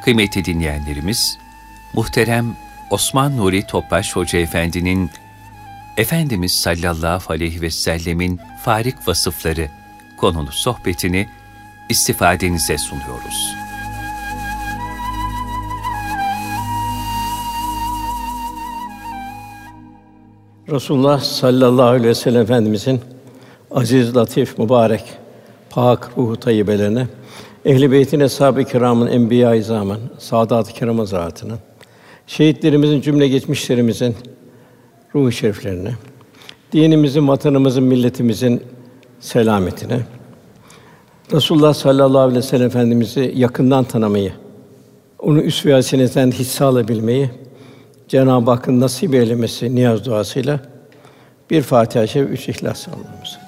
Kıymetli dinleyenlerimiz, muhterem Osman Nuri Topbaş Hoca Efendi'nin Efendimiz sallallahu aleyhi ve sellemin farik vasıfları konulu sohbetini istifadenize sunuyoruz. Resulullah sallallahu aleyhi ve sellem Efendimizin aziz, latif, mübarek, pak ruhu tayyibelerine, ehl-i beytin, eshab-ı kirâmın, enbiya-i izâmın, saadat-ı kirâm hazretlerinin, şehitlerimizin, cümle geçmişlerimizin ruh-u şeriflerine, dinimizin, vatanımızın, milletimizin selametine, Resulullah sallallahu aleyhi ve sellem Efendimizi yakından tanımayı, onu üsve-i hasenesinden hisse alabilmeyi Cenab-ı Hakk'ın nasip eylemesi niyaz duasıyla bir Fatiha-i Şerif, 3 İhlas Allah'ımız.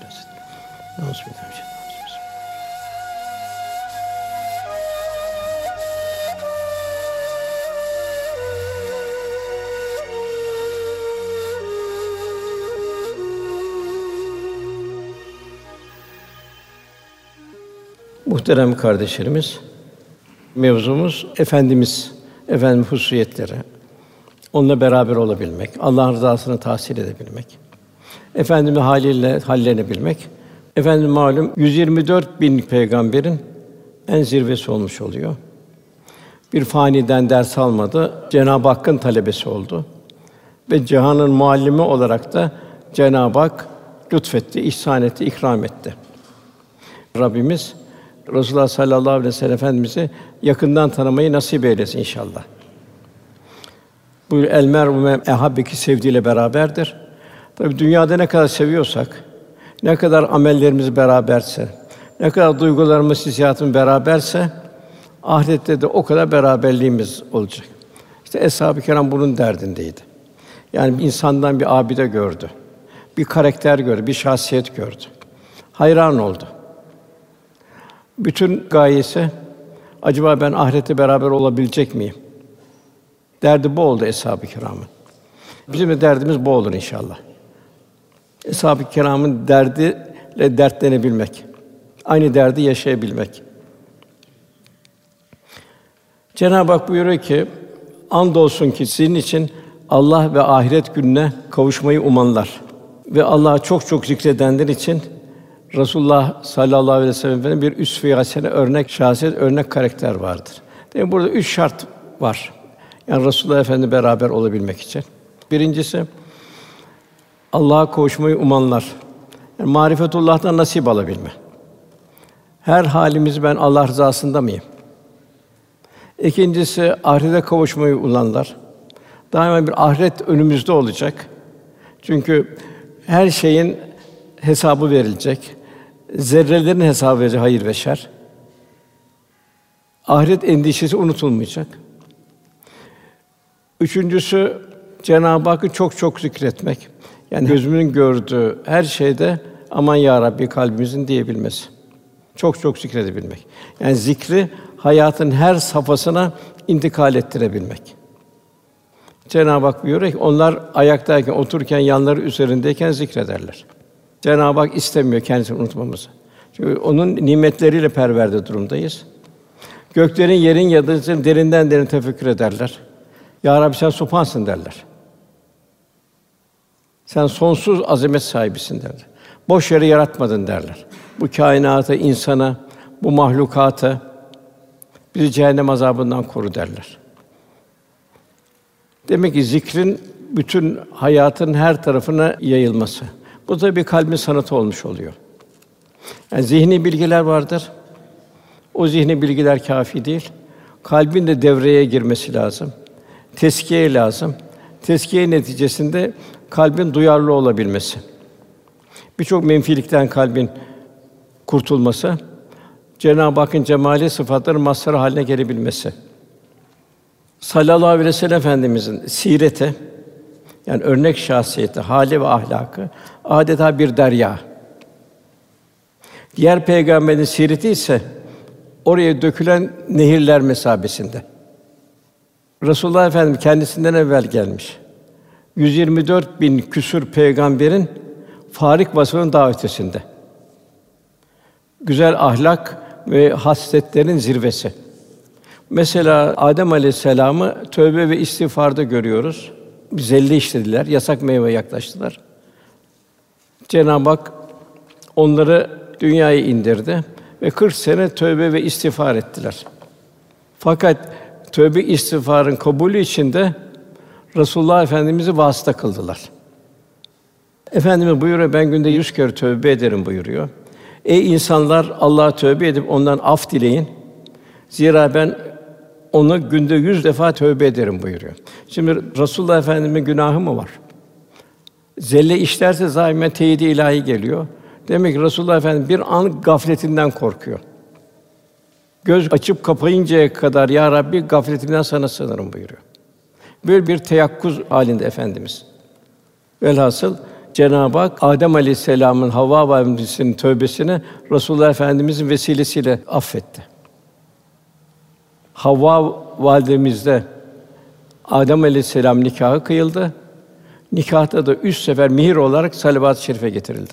Muhterem kardeşlerimiz, mevzumuz Efendimiz hususiyetleri. Onunla beraber olabilmek, Allah'ın rızasını tahsil edebilmek, Efendimiz'in haliyle hallenebilmek. Efendimiz malum 124.000 peygamberin en zirvesi olmuş oluyor. Bir faniden ders almadı, Cenab-ı Hakk'ın talebesi oldu ve cihanın muallimi olarak da Cenab-ı Hak lütfetti, ihsan etti, ikram etti. Rabbimiz Resulullah sallallahu aleyhi ve sellem Efendimizi yakından tanımayı nasip eylesin inşallah. Bu el mer'u ehabbeki sevdiğiyle beraberdir. Tabii dünyada ne kadar seviyorsak, ne kadar amellerimiz beraberse, ne kadar duygularımız, hissiyatımız beraberse, ahirette de o kadar beraberliğimiz olacak. İşte eshab-ı kiram bunun derdindeydi. Yani bir insandan bir abide gördü, bir karakter gördü, bir şahsiyet gördü. Hayran oldu. Bütün gayesi, acaba ben ahirette beraber olabilecek miyim? Derdi bu oldu eshab-ı kiramın. Bizim de derdimiz bu olur inşallah. Eshab-ı kiramın derdiyle dertlenebilmek, aynı derdi yaşayabilmek. Cenab-ı Hak buyuruyor ki, andolsun ki sizin için Allah ve ahiret gününe kavuşmayı umanlar ve Allah'ı çok çok zikredenler için Resulullah sallallahu aleyhi ve sellem bir üsve-i hasene, örnek şahsiyet, örnek karakter vardır. Demek burada 3 şart var. Yani Resulullah Efendi beraber olabilmek için. Birincisi, Allah'a kavuşmayı umanlar. Yani marifetullah'tan nasip alabilme. Her halimiz ben Allah rızasında mıyım? İkincisi, ahirete kavuşmayı umanlar. Daima bir ahiret önümüzde olacak. Çünkü her şeyin hesabı verilecek. Zerrelerin hesabı verilecek, hayır ve şer. Ahiret endişesi unutulmayacak. Üçüncüsü, Cenab-ı Hakk'ı çok çok zikretmek. Yani gözümün gördüğü her şeyde aman ya Rabbi kalbimizin diyebilmesi. Çok çok zikredebilmek. Yani zikri hayatın her safhasına intikal ettirebilmek. Cenab-ı Hak buyuruyor ki onlar ayaktayken, otururken, yanları üzerindeyken zikrederler. Cenab-ı Hak istemiyor kendisini unutmamızı. Çünkü onun nimetleriyle perverde durumdayız. Göklerin, yerin yaratıcısını derinden derin tefekkür ederler. Ya Rabbi sen Sübhansın derler. Sen sonsuz azamet sahibisin derler. Boş yere yaratmadın derler. Bu kainatı, insana, bu mahlukatı bizi cehennem azabından koru derler. Demek ki zikrin bütün hayatın her tarafına yayılması. Bu da bir kalbin sanatı olmuş oluyor. Yani zihni bilgiler vardır. O zihni bilgiler kâfi değil. Kalbin de devreye girmesi lazım. Tezkiye lazım. Tezkiye neticesinde kalbin duyarlı olabilmesi. Birçok menfilikten kalbin kurtulması, Cenab-ı Hakk'ın cemali sıfatları mazhar haline gelebilmesi. Sallallahu aleyhi ve sellem Efendimizin sireti, yani örnek şahsiyeti, hali ve ahlakı adeta bir derya. Diğer peygamberin sireti ise oraya dökülen nehirler mesabesinde. Resulullah Efendimiz kendisinden evvel gelmiş. 124.000 küsur peygamberin farik vasfının daha ötesinde. Güzel ahlak ve hasletlerin zirvesi. Mesela Adem Aleyhisselam'ı tövbe ve istiğfarda görüyoruz. Zelle işlediler, yasak meyveye yaklaştılar. Cenab-ı Hak onları dünyaya indirdi ve 40 sene tövbe ve istiğfar ettiler. Fakat tövbe istiğfarın kabulü için de Resulullah Efendimiz'i vasıta kıldılar. Efendimiz buyuruyor, ben günde 100 kere tövbe ederim buyuruyor. Ey insanlar, Allah'a tövbe edip ondan af dileyin. Zira ben ona günde 100 defa tövbe ederim buyuruyor. Şimdi Resulullah Efendimiz'in günahı mı var? Zelle işlerse zâimen teyidi ilahi geliyor. Demek ki Resulullah Efendimiz bir an gafletinden korkuyor. Göz açıp kapayıncaya kadar ya Rabbi gafletimden sana sığınırım buyuruyor. Böyle bir teyakkuz halinde Efendimiz. Velhasıl Cenab-ı Hak Adem Aleyhisselam'ın Havva validemizin tövbesini Resulullah Efendimizin vesilesiyle affetti. Havva validemizde Adem Aleyhisselam nikahı kıyıldı. Nikahta da 3 sefer mihir olarak salavat-ı şerife getirildi.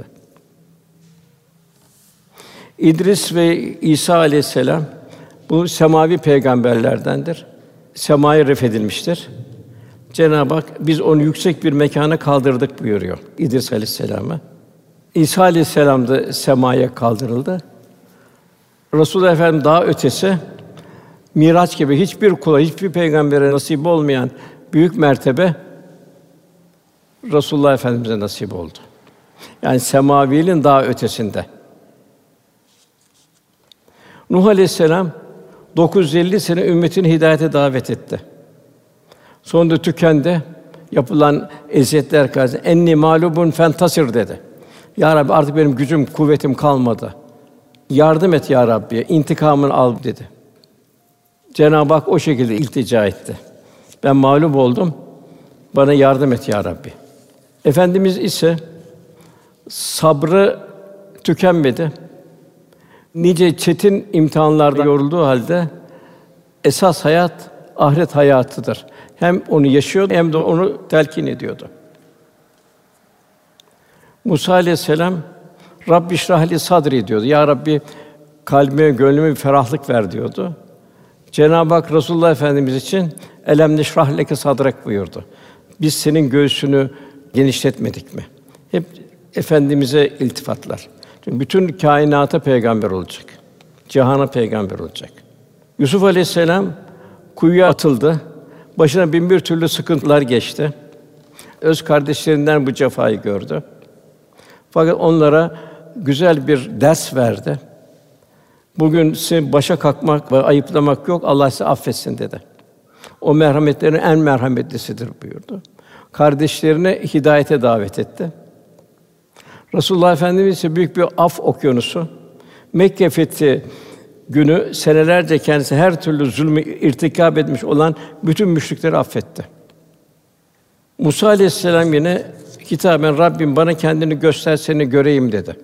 İdris ve İsa Aleyhisselam bu semavi peygamberlerdendir. Semaya refedilmiştir. Cenab-ı Hak biz onu yüksek bir mekâna kaldırdık buyuruyor İdris Aleyhisselam'a. İsa Aleyhisselam da semaya kaldırıldı. Resulullah Efendimiz daha ötesi Miraç gibi hiçbir kula, hiçbir peygambere nasip olmayan büyük mertebe Resulullah Efendimize nasip oldu. Yani semaviliğin daha ötesinde. Nuh Aleyhisselam 950 sene ümmetini hidayete davet etti. Sonunda tükendi. Yapılan eziyetler karşısında enni mağlubun fentasir dedi. Ya Rabbi artık benim gücüm, kuvvetim kalmadı. Yardım et ya Rabbi, intikamını al dedi. Cenab-ı Hak o şekilde iltica etti. Ben mağlup oldum. Bana yardım et ya Rabbi. Efendimiz ise sabrı tükenmedi. Nice çetin imtihanlarda yorulduğu halde esas hayat ahiret hayatıdır. Hem onu yaşıyordu hem de onu telkin ediyordu. Musa Aleyhisselam Rabbi şrah li sadri diyordu. Ya Rabbi kalbime, gönlüme bir ferahlık ver diyordu. Cenab-ı Hak Resulullah Efendimiz için elem neşrah leke sadrak buyurdu. Biz senin göğsünü genişletmedik mi? Hep Efendimize iltifatlar. Çünkü bütün kainata peygamber olacak. Cihana peygamber olacak. Yusuf Aleyhisselam kuyuya atıldı. Başına bin bir türlü sıkıntılar geçti. Öz kardeşlerinden bu cefayı gördü. Fakat onlara güzel bir ders verdi. Bugün size başa kalkmak ve ayıplamak yok, Allah sizi affetsin dedi. O merhametlerin en merhametlisidir buyurdu. Kardeşlerine hidayete davet etti. Resulullah Efendimiz ise büyük bir af okyanusu. Mekke fethi günü senelerce kendisi her türlü zulmü irtikâb etmiş olan bütün müşrikleri affetti. Musa Aleyhisselam yine hitaben Rabbim bana kendini göster seni göreyim dedi.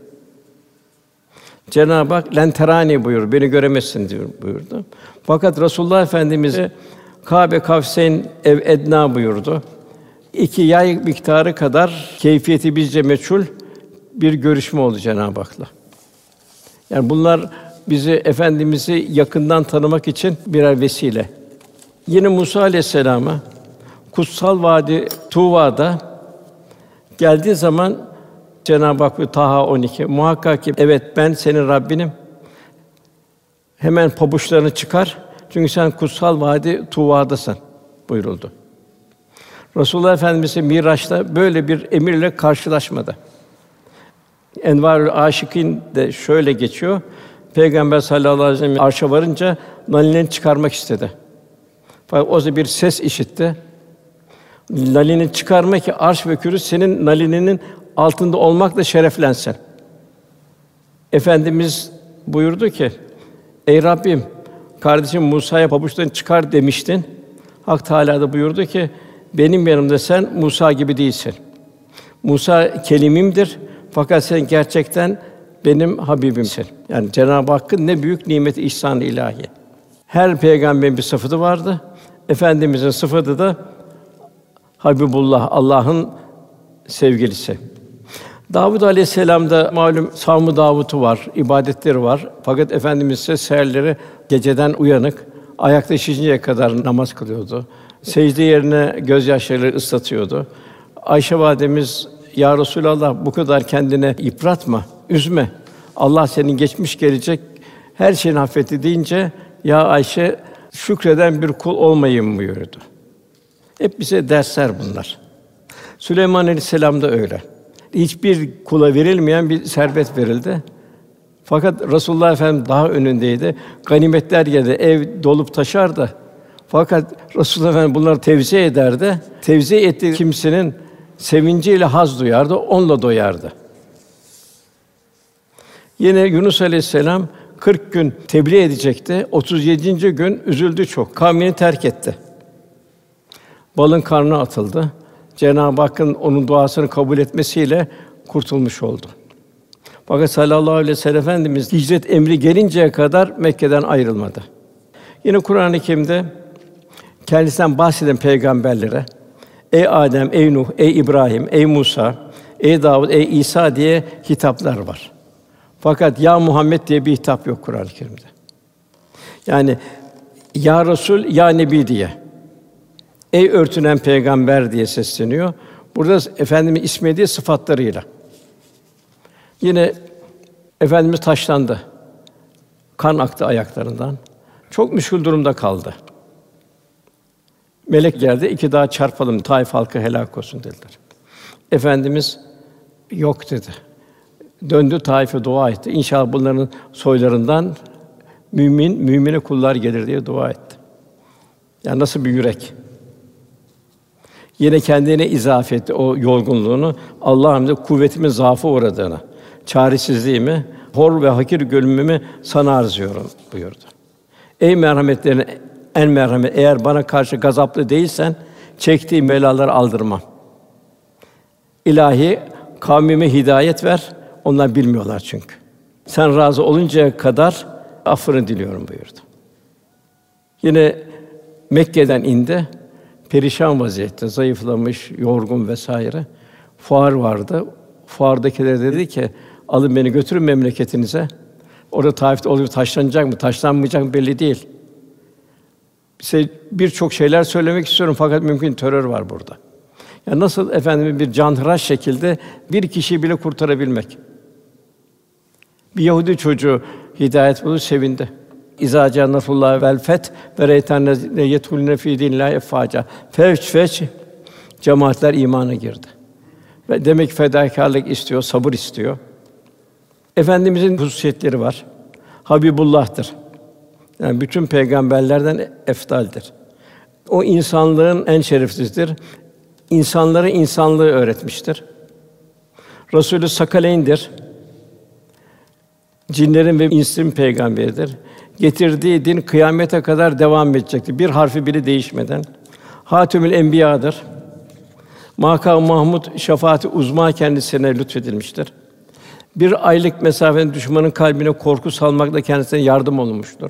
Cenab-ı Hak len terani buyur, beni göremezsin diyor buyurdu. Fakat Resulullah Efendimiz'e Kâbe kavseyn ev ednâ buyurdu. 2 yay miktarı kadar keyfiyeti bizce meçhul bir görüşme oldu Cenab-ı Hak'la. Yani bunlar bizi Efendimiz'i yakından tanımak için birer vesile. Yine Musa Aleyhisselam'a kutsal vadi Tuva'da geldiği zaman Cenab-ı Hak Taha 12 muhakkak ki evet ben senin Rabbinim. Hemen pabuçlarını çıkar. Çünkü sen kutsal vadi Tuva'dasın buyuruldu. Resulullah Efendimiz Miraç'ta böyle bir emirle karşılaşmadı. Envarül Aşikîn de şöyle geçiyor. Peygamber sallallahu aleyhi ve sellem arşa varınca nalinini çıkarmak istedi. Fakat o zaman bir ses işitti. Nalinini çıkarma ki arş ve kürsi senin nalininin altında olmakla şereflensin. Efendimiz buyurdu ki: Ey Rabbim, kardeşim Musa'ya pabuçlarını çıkar demiştin. Hak Teâlâ da buyurdu ki: benim yanımda sen Musa gibi değilsin. Musa kelimimdir fakat sen gerçekten benim Habibimsin. Yani Cenab-ı Hakk'ın ne büyük nimeti ihsan-ı ilahi. Her peygamberin bir sıfatı vardı. Efendimizin sıfatı da Habibullah, Allah'ın sevgilisi. Davud Aleyhisselam'da malum savm-ı Davud'u var, ibadetleri var. Fakat Efendimiz ise seherleri geceden uyanık, ayakta şişinceye kadar namaz kılıyordu. Secde yerine gözyaşlarıyla ıslatıyordu. Ayşe validemiz, "Ya Resulallah, bu kadar kendine yıpratma, üzme. Allah senin geçmiş gelecek her şeyini affetti." deyince, "Ya Ayşe, şükreden bir kul olmayayım" buyurdu. Hep bize dersler bunlar. Süleyman Aleyhisselam da öyle. Hiçbir kula verilmeyen bir servet verildi. Fakat Resulullah Efendimiz daha önündeydi. Ganimetler geldi, ev dolup taşardı. Fakat Resulullah Efendimiz bunları tevzi ederdi. Tevzi ettiği kimsenin sevinciyle haz duyardı, onunla doyardı. Yine Yunus Aleyhisselam 40 gün tebliğ edecekti. 37. gün üzüldü çok. Kavmini terk etti. Balın karnına atıldı. Cenab-ı Hakk'ın onun duasını kabul etmesiyle kurtulmuş oldu. Fakat sallallahu aleyhi ve sellem Efendimiz hicret emri gelinceye kadar Mekke'den ayrılmadı. Yine Kur'an-ı Kerim'de kendisinden bahseden peygamberlere "Ey Adem, ey Nuh, ey İbrahim, ey Musa, ey Davud, ey İsa" diye hitaplar var. Fakat "Ya Muhammed" diye bir hitap yok Kur'an-ı Kerim'de. Yani "Ya Resul, ya Nebi" diye, "Ey örtünen peygamber" diye sesleniyor. Burada Efendimiz ismi değil, sıfatlarıyla. Yine Efendimiz taşlandı. Kan aktı ayaklarından. Çok müşkül durumda kaldı. Melek geldi, "İki daha çarpalım, Taif halkı helak olsun" dediler. Efendimiz "Yok" dedi. Döndü Taif'e dua etti. İnşallah bunların soylarından mümine kullar gelir diye dua etti. Yani nasıl bir yürek. Yine kendine izafe etti o yorgunluğunu. "Allah'ım" dedi, "kuvvetimin zaafa uğradığını, çaresizliğimi, hor ve hakir gönlümü sana arz ediyorum" buyurdu. "Ey merhametlerin en merhamet, eğer bana karşı gazaplı değilsen çektiğim belaları aldırmam. İlahi, kavmime hidayet ver, onlar bilmiyorlar çünkü. Sen razı oluncaya kadar affını diliyorum" buyurdu. Yine Mekke'den indi. Perişan vaziyette, zayıflamış, yorgun vesaire. Fuar vardı. Fuardakiler dedi ki, "Alın beni götürün memleketinize." Orada Taif'te oluyor, taşlanacak mı, taşlanmayacak mı belli değil. Size birçok şeyler söylemek istiyorum fakat mümkün terör var burada. Ya nasıl efendim bir canhıraş şekilde bir kişiyi bile kurtarabilmek. Bir Yahudi çocuğu hidayet buldu, sevindi. İzâ câ nasrullâhi vel feth ve reytennezîne yedhulûne fî dînillâhi efvâca. Fevç cemaatler imana girdi. Ve demek ki fedakârlık istiyor, sabır istiyor. Efendimizin hususiyetleri var. Habibullah'tır. Yani bütün peygamberlerden efdaldir. O insanlığın en şereflisidir. İnsanlara insanlığı öğretmiştir. Resulü Sakaleyn'dir. Cinlerin ve insin peygamberidir. Getirdiği din kıyamete kadar devam edecektir. Bir harfi bile değişmeden. Hâtümül Enbiyâ'dır. Makam-ı Mahmud şefaati uzma kendisine lütfedilmiştir. Bir aylık mesafeden düşmanın kalbine korku salmakla kendisine yardım olunmuştur.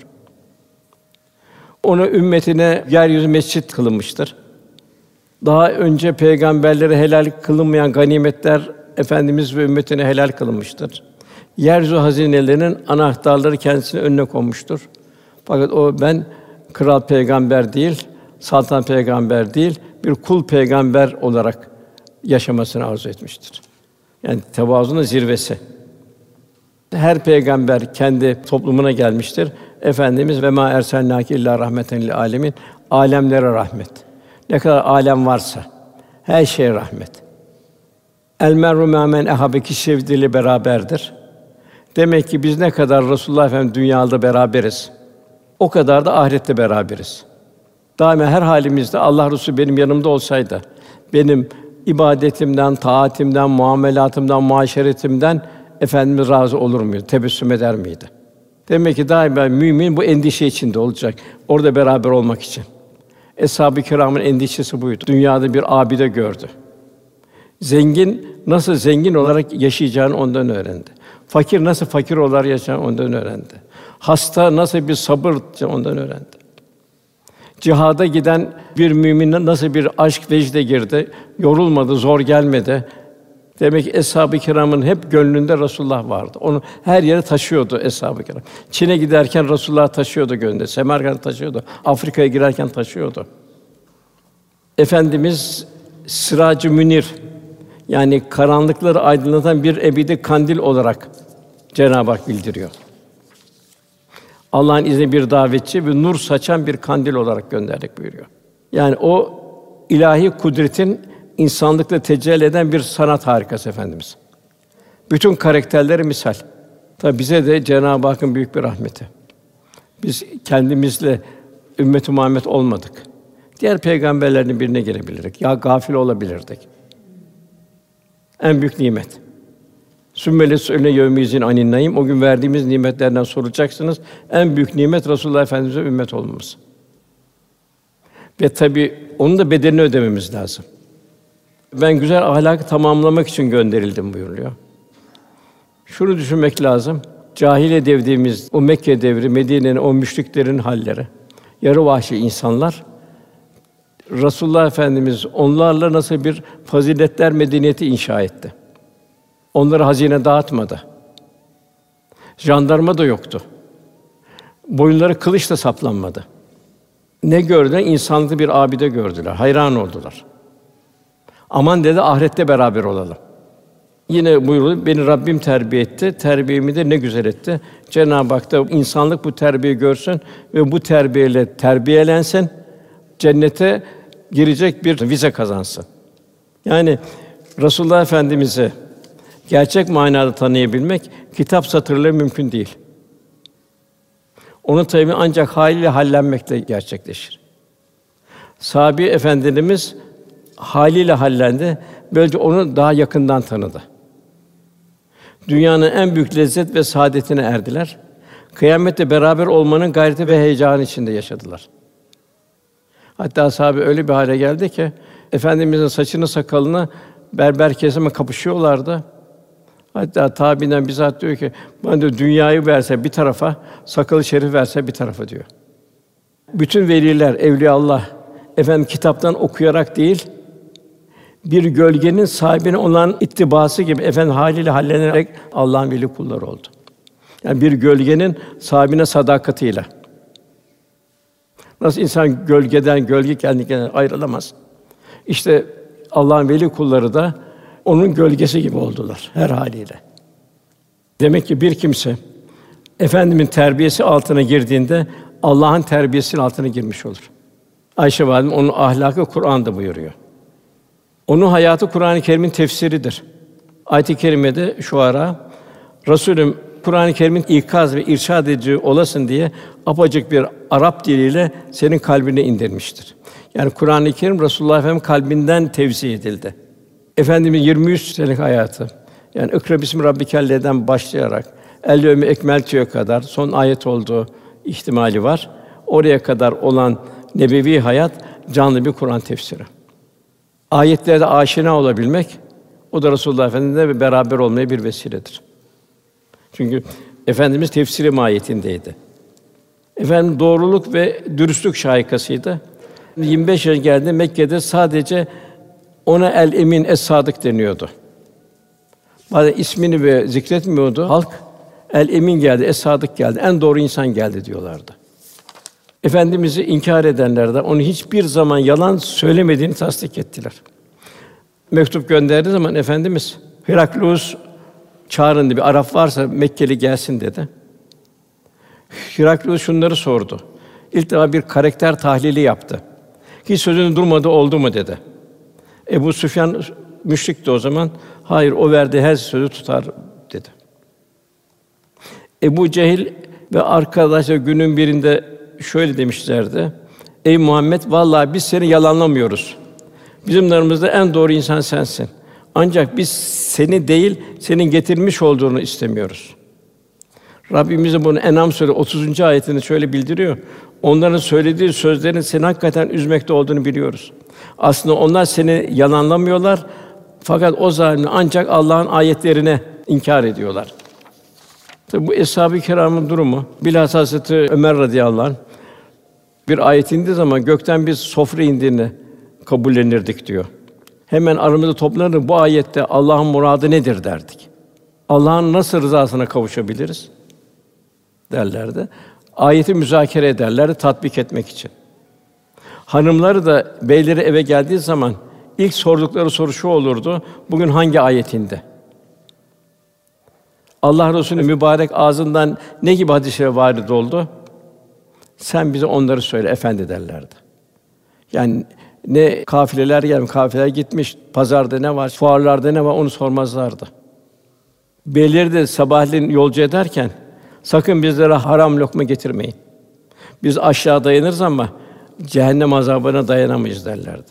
Ona ümmetine yeryüzü mescit kılınmıştır. Daha önce peygamberlere helal kılınmayan ganimetler Efendimiz ve ümmetine helal kılınmıştır. Yeryüzü hazinelerinin anahtarları kendisinin önüne konmuştur. Fakat o ben kral peygamber değil, saltanat peygamber değil, bir kul peygamber olarak yaşamasını arzu etmiştir. Yani tevazunun zirvesi. Her peygamber kendi toplumuna gelmiştir. Efendimiz ve mâ erselnâke illâ rahmeten lil âlemin, âlemlere rahmet. Ne kadar alem varsa her şeye rahmet. El mer'u mâ men ehabbe, kişi sevdiğiyle beraberdir. Demek ki biz ne kadar Resulullah Efendimiz dünyada beraberiz, o kadar da ahirette beraberiz. Daima her halimizde Allah Resulü benim yanımda olsaydı, benim ibadetimden, taatimden, muamelatımdan, muaşeretimden Efendimiz razı olur muydu? Tebessüm eder miydi? Demek ki daima mümin bu endişe içinde olacak. Orada beraber olmak için. Eshab-ı Kirâm'ın endişesi buydu. Dünyada bir abide gördü. Zengin nasıl zengin olarak yaşayacağını ondan öğrendi. Fakir nasıl fakir olarak yaşayacağını ondan öğrendi. Hasta nasıl bir sabır ondan öğrendi. Cihada giden bir mümine nasıl bir aşk vecde girdi, yorulmadı, zor gelmedi. Demek ki eshab-ı kiramın hep gönlünde Resulullah vardı. Onu her yere taşıyordu eshab-ı kiram. Çin'e giderken Resulullah taşıyordu gönlünde. Semerkant'a taşıyordu. Afrika'ya girerken taşıyordu. Efendimiz Sıracı Münir, yani karanlıkları aydınlatan bir ebedi kandil olarak Cenab-ı Hak bildiriyor. Allah'ın izniyle bir davetçi ve nur saçan bir kandil olarak gönderdik buyuruyor. Yani o ilahi kudretin insanlıkla tecelli eden bir sanat harikası Efendimiz. Bütün karakterleri misal. Tabi bize de Cenab-ı Hakk'ın büyük bir rahmeti. Biz kendimizle ümmet-i Muhammed olmadık. Diğer peygamberlerin birine girebilirdik. Ya gafil olabilirdik. En büyük nimet. Sümmele söyle yevmizin anin naim. O gün verdiğimiz nimetlerden soracaksınız. En büyük nimet Resulullah Efendimize ümmet olmamız. Ve tabii onun da bedelini ödememiz lazım. Ben güzel ahlakı tamamlamak için gönderildim buyuruyor. Şunu düşünmek lazım. Cahiliye dediğimiz o Mekke devri, Medine'nin o müşriklerin halleri, yarı vahşi insanlar, Resulullah Efendimiz onlarla nasıl bir faziletler medeniyeti inşa etti. Onlara hazine dağıtmadı. Jandarma da yoktu. Boyunları kılıçla saplanmadı. Ne gördüler? İnsanlıklı bir abide gördüler. Hayran oldular. Aman dedi, ahirette beraber olalım. Yine buyurdu, beni Rabbim terbiye etti, terbiyemi de ne güzel etti. Cenab-ı Hak da insanlık bu terbiyeyi görsün ve bu terbiyeyle terbiyelensin, cennete girecek bir vize kazansın. Yani Resulullah Efendimiz'i gerçek manada tanıyabilmek kitap satırları mümkün değil. Onu tabii ancak hâliyle hallenmekle gerçekleşir. Sahabe efendilerimiz hâliyle hallendi. Böylece onu daha yakından tanıdı. Dünyanın en büyük lezzet ve saadetine erdiler. Kıyamette beraber olmanın gayreti ve heyecanı içinde yaşadılar. Hatta sahabe öyle bir hale geldi ki Efendimizin saçını sakalını berber kesime kapışıyorlardı. Hatta tabiinden bizzat diyor ki, bana diyor, dünyayı verse bir tarafa, sakalı şerif verse bir tarafa diyor. Bütün veliler, evliyaullah, efendim kitaptan okuyarak değil, bir gölgenin sahibine olan ittibası gibi efendim hâliyle hallenerek Allah'ın veli kulları oldu. Yani bir gölgenin sahibine sadakatiyle. Nasıl insan gölgeden, gölge kendinden ayrılamaz. İşte Allah'ın veli kulları da onun gölgesi gibi oldular her haliyle. Demek ki bir kimse Efendimiz'in terbiyesi altına girdiğinde Allah'ın terbiyesinin altına girmiş olur. Ayşe validemiz onun ahlakı Kur'an'da buyuruyor. Onun hayatı Kur'an-ı Kerim'in tefsiridir. Ayet-i kerimede Şuara, Resulüm Kur'an-ı Kerim'in ikaz ve irşad edici olasın diye apacık bir Arap diliyle senin kalbine indirmiştir. Yani Kur'an-ı Kerim Resulullah Efendimiz kalbinden tevzi edildi. Efendimiz 23 senelik hayatı, yani İkra bismi rabbikellezî'den başlayarak El-yevme ekmeltü'ye kadar son ayet olduğu ihtimali var. Oraya kadar olan nebevi hayat canlı bir Kur'an tefsiri. Ayetlerde aşina olabilmek, o da Resulullah Efendimiz'le beraber olmaya bir vesiledir. Çünkü Efendimiz tefsiri mahiyetindeydi. Efendim doğruluk ve dürüstlük şahikasıydı. 25 yaşına geldi, Mekke'de sadece ona el-emin, es-sadık deniyordu. Bazen ismini ve zikretmiyordu halk. El-emin geldi, es-sadık geldi, en doğru insan geldi diyorlardı. Efendimiz'i inkar edenler de onu hiçbir zaman yalan söylemediğini tasdik ettiler. Mektup gönderdiği zaman Efendimiz Herakleus çağırın dedi, bir Arap varsa Mekkeli gelsin dedi. Herakleus şunları sordu. İlk defa bir karakter tahlili yaptı. Hiç sözünü durmadı, oldu mu dedi. Ebu Süfyan müşrikti o zaman. Hayır, o verdiği her sözü tutar dedi. Ebu Cehil ve arkadaşlar günün birinde şöyle demişlerdi. Ey Muhammed, vallahi biz seni yalanlamıyoruz. Bizim aramızda en doğru insan sensin. Ancak biz seni değil, senin getirmiş olduğunu istemiyoruz. Rabbimiz de bunu En'am Sûresi 30. ayetinde şöyle bildiriyor. Onların söylediği sözlerin seni hakikaten üzmekte olduğunu biliyoruz. Aslında onlar seni yalanlamıyorlar. Fakat o zalimler ancak Allah'ın ayetlerine inkar ediyorlar. Tabi bu eshab-ı kirâmın durumu, bilhassa Hazreti Ömer radıyallahu anh bir ayet indiği zaman gökten bir sofra indiğini kabullenirdik diyor. Hemen aramızda toplanır, bu ayette Allah'ın muradı nedir derdik. Allah'ın nasıl rızasına kavuşabiliriz derlerdi. Ayeti müzakere ederlerdi tatbik etmek için. Hanımları da beyleri eve geldiği zaman ilk sordukları soru şu olurdu: bugün hangi ayet indi? Allah Resulü'nün mübarek ağzından ne gibi hadis-i varid oldu? Sen bize onları söyle efendi derlerdi. Yani ne kafileler gelmiş, kafileler gitmiş, pazarda ne var, fuarlarda ne var onu sormazlardı. Beyleri de sabahleyin yolcu ederken sakın bizlere haram lokma getirmeyin. Biz aşağı dayanırız ama cehennem azabına dayanamayız derlerdi.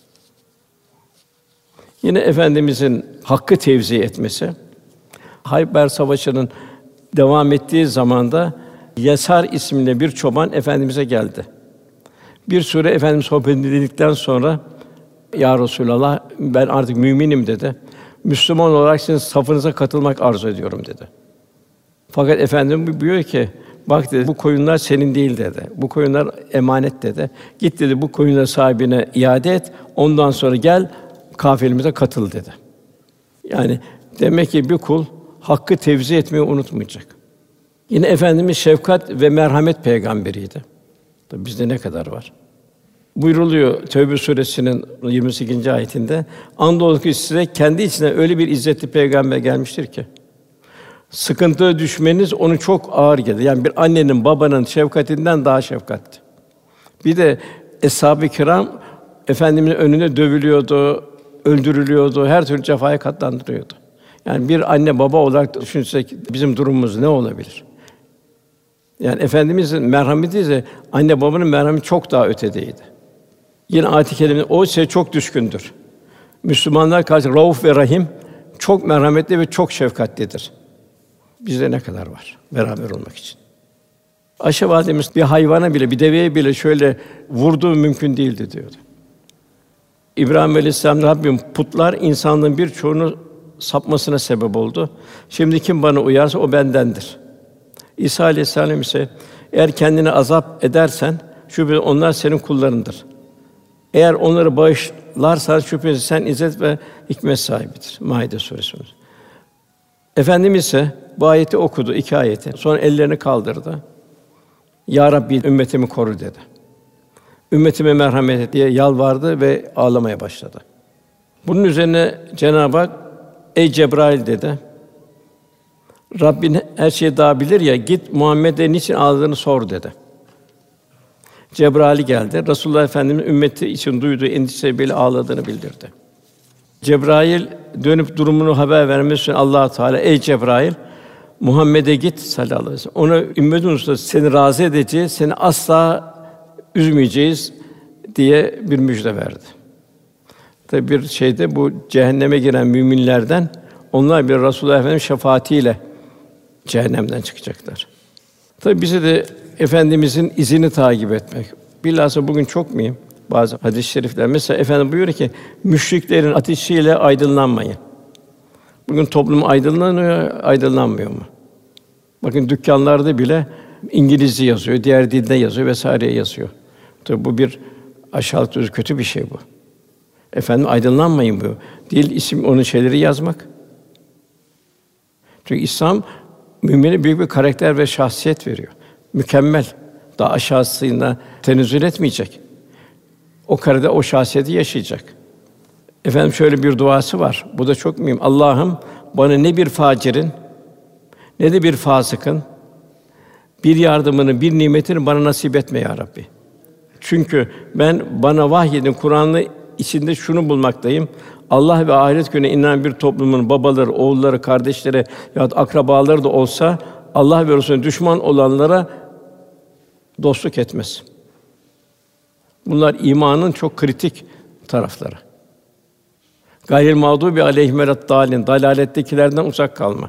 Yine Efendimizin hakkı tevzi etmesi, Hayber Savaşı'nın devam ettiği zamanda Yesar isimli bir çoban Efendimize geldi. Bir süre Efendimiz sohbet edildikten sonra "Ya Resulallah, ben artık müminim" dedi. "Müslüman olarak sizin safınıza katılmak arzu ediyorum" dedi. Fakat Efendimiz buyuruyor ki, "Bak" dedi, "bu koyunlar senin değil" dedi. "Bu koyunlar emanet" dedi. "Git" dedi, "bu koyunları sahibine iade et. Ondan sonra gel kafilemize katıl" dedi. Yani demek ki bir kul hakkı tevzi etmeyi unutmayacak. Yine Efendimiz şefkat ve merhamet peygamberiydi. Tabii bizde ne kadar var? Buyruluyor Tevbe suresinin 28. ayetinde, "Andolsun ki size kendi içinden öyle bir izzetli peygamber gelmiştir ki sıkıntıya düşmeniz onu çok ağır gelir." Yani bir annenin, babanın şefkatinden daha şefkatli. Bir de eshab-ı kiram Efendimizin önünde dövülüyordu, öldürülüyordu, her türlü cefaya katlandırıyordu. Yani bir anne baba olarak düşünsek bizim durumumuz ne olabilir? Yani Efendimizin merhameti ise anne babanın merhameti çok daha ötedeydi. Yine ayet-i kerimede o size çok düşkündür. Müslümanlar karşı Rauf ve Rahim, çok merhametli ve çok şefkatlidir. Bizde ne kadar var beraber olmak için? Ayşe validemiz bir hayvana bile, bir deveye bile şöyle vurduğu mümkün değildi diyordu. İbrahim Aleyhisselam, "Rabbim, putlar insanlığın birçoğunu sapmasına sebep oldu. Şimdi kim bana uyarsa o bendendir." İsa Aleyhisselam ise, "Eğer kendini azap edersen şüphesiz onlar senin kullarındır. Eğer onları bağışlarsan şüphesiz sen izzet ve hikmet sahibidir." Maide suresi. Efendimiz ise bu ayeti okudu, 2 ayeti. Sonra ellerini kaldırdı. "Ya Rabbi, ümmetimi koru" dedi. "Ümmetime merhamet et" diye yalvardı ve ağlamaya başladı. Bunun üzerine Cenab-ı Hak, "Ey Cebrail" dedi. "Rabbin her şeyi daha bilir ya, git Muhammed'e niçin ağladığını sor" dedi. Cebrail geldi. Resulullah Efendimiz ümmeti için duyduğu endişeyle ağladığını bildirdi. Cebrail dönüp durumunu haber vermesi için Allah Teala, "Ey Cebrail, Muhammed'e git sallallahu aleyhi ve sellem. Ona ümmetin hususunda seni razı edeceğiz, seni asla üzmeyeceğiz" diye bir müjde verdi. Tabi bir şeyde bu cehenneme giren müminlerden onlar bir Resulullah Efendimiz şefaatiyle cehennemden çıkacaklar. Tabi bize de Efendimizin izini takip etmek. Bilhassa bugün çok mühim bazı hadis-i şerifler. Mesela Efendimiz buyuruyor ki, "Müşriklerin ateşiyle aydınlanmayın." Bugün toplum aydınlanıyor, aydınlanmıyor mu? Bakın dükkânlarda bile İngilizce yazıyor, diğer dilde yazıyor vesaire yazıyor. Tabi bu bir aşağılık, kötü bir şey bu. Efendim aydınlanmayın bu. Değil isim onun şeyleri yazmak. Çünkü İslam mümine büyük bir karakter ve şahsiyet veriyor. Mükemmel. Daha aşağısına tenezzül etmeyecek. O karede o şahsiyeti yaşayacak. Efendim şöyle bir duası var. Bu da çok mühim. "Allah'ım, bana ne bir facirin ne de bir fasıkın bir yardımını, bir nimetini bana nasip etme ya Rabbi. Çünkü ben bana vahyedin Kur'an'ı içinde şunu bulmaktayım. Allah ve ahiret gününe inanan bir toplumun babaları, oğulları, kardeşleri yahut akrabaları da olsa Allah ve Resulüne düşman olanlara dostluk etmez." Bunlar imanın çok kritik tarafları. "Gayril mağdûbi aleyhim veleddâlin" dalalettekilerden uzak kalma.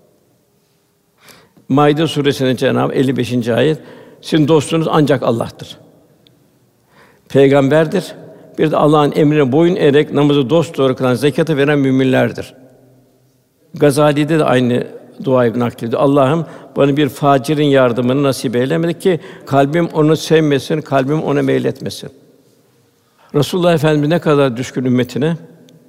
Maide suresinde Cenab-ı 55. ayet, "Sizin dostunuz ancak Allah'tır. Peygamberdir. Bir de Allah'ın emrine boyun eğerek namazı dosdoğru kılan, zekâtı veren müminlerdir." Gazali'de de aynı duayı naklediyor. "Allah'ım, bana bir facirin yardımını nasip eyleme ki kalbim onu sevmesin, kalbim ona meyletmesin." Resulullah Efendimiz ne kadar düşkün ümmetine.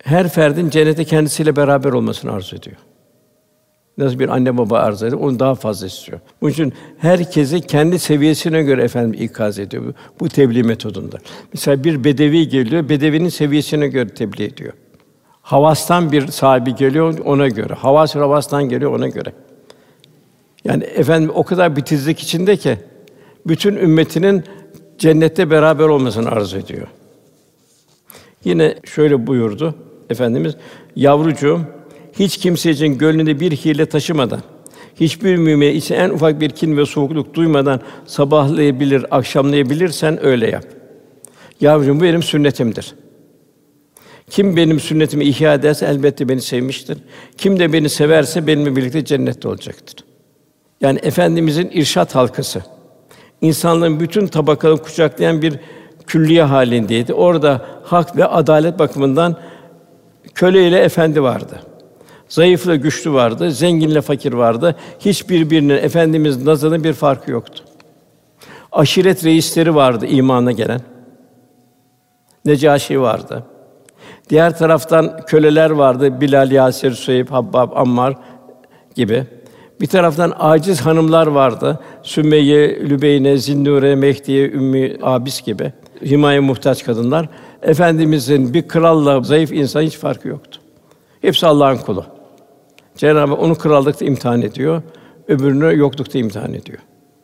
her ferdin cennete kendisiyle beraber olmasını arzu ediyor. Nasıl bir anne baba arzu ediyor, onu daha fazla istiyor. Bunun için herkesi kendi seviyesine göre ikaz ediyor bu tebliğ metodunda. Mesela bir bedevi geliyor, bedevinin seviyesine göre tebliğ ediyor. Havastan bir sahibi geliyor, ona göre. Havastan geliyor, ona göre. Yani efendim o kadar bir titizlik içinde ki bütün ümmetinin cennette beraber olmasını arzu ediyor. Yine şöyle buyurdu Efendimiz: "Yavrucuğum, hiç kimse için gönlünde bir hile taşımadan, hiçbir mümin için en ufak bir kin ve soğukluk duymadan sabahlayabilir, akşamlayabilirsen öyle yap. Yavrucuğum, bu benim sünnetimdir. Kim benim sünnetimi ihya ederse elbette beni sevmiştir. Kim de beni severse benimle birlikte cennette olacaktır." Yani Efendimizin irşad halkası, insanlığın bütün tabakalarını kucaklayan bir külliye halindeydi. Orada hak ve adalet bakımından köle ile efendi vardı. Zayıfla güçlü vardı, zenginle fakir vardı. Hiçbirbirinin Efendimiz nazarında bir farkı yoktu. Aşiret reisleri vardı imana gelen. Necaşi vardı. Diğer taraftan köleler vardı. Bilal, Yasir, Süheyb, Habbab, Ammar gibi. Bir taraftan aciz hanımlar vardı. Sümeyye, Lübeyne, Zinnure, Mehdiye, Ümmü Abis gibi. Himaye muhtaç kadınlar. Efendimizin bir kralla zayıf insan hiç farkı yoktu. Hepsi Allah'ın kulu. Cenab-ı Hak onu krallıkta imtihan ediyor, öbürünü yoklukta imtihan ediyor.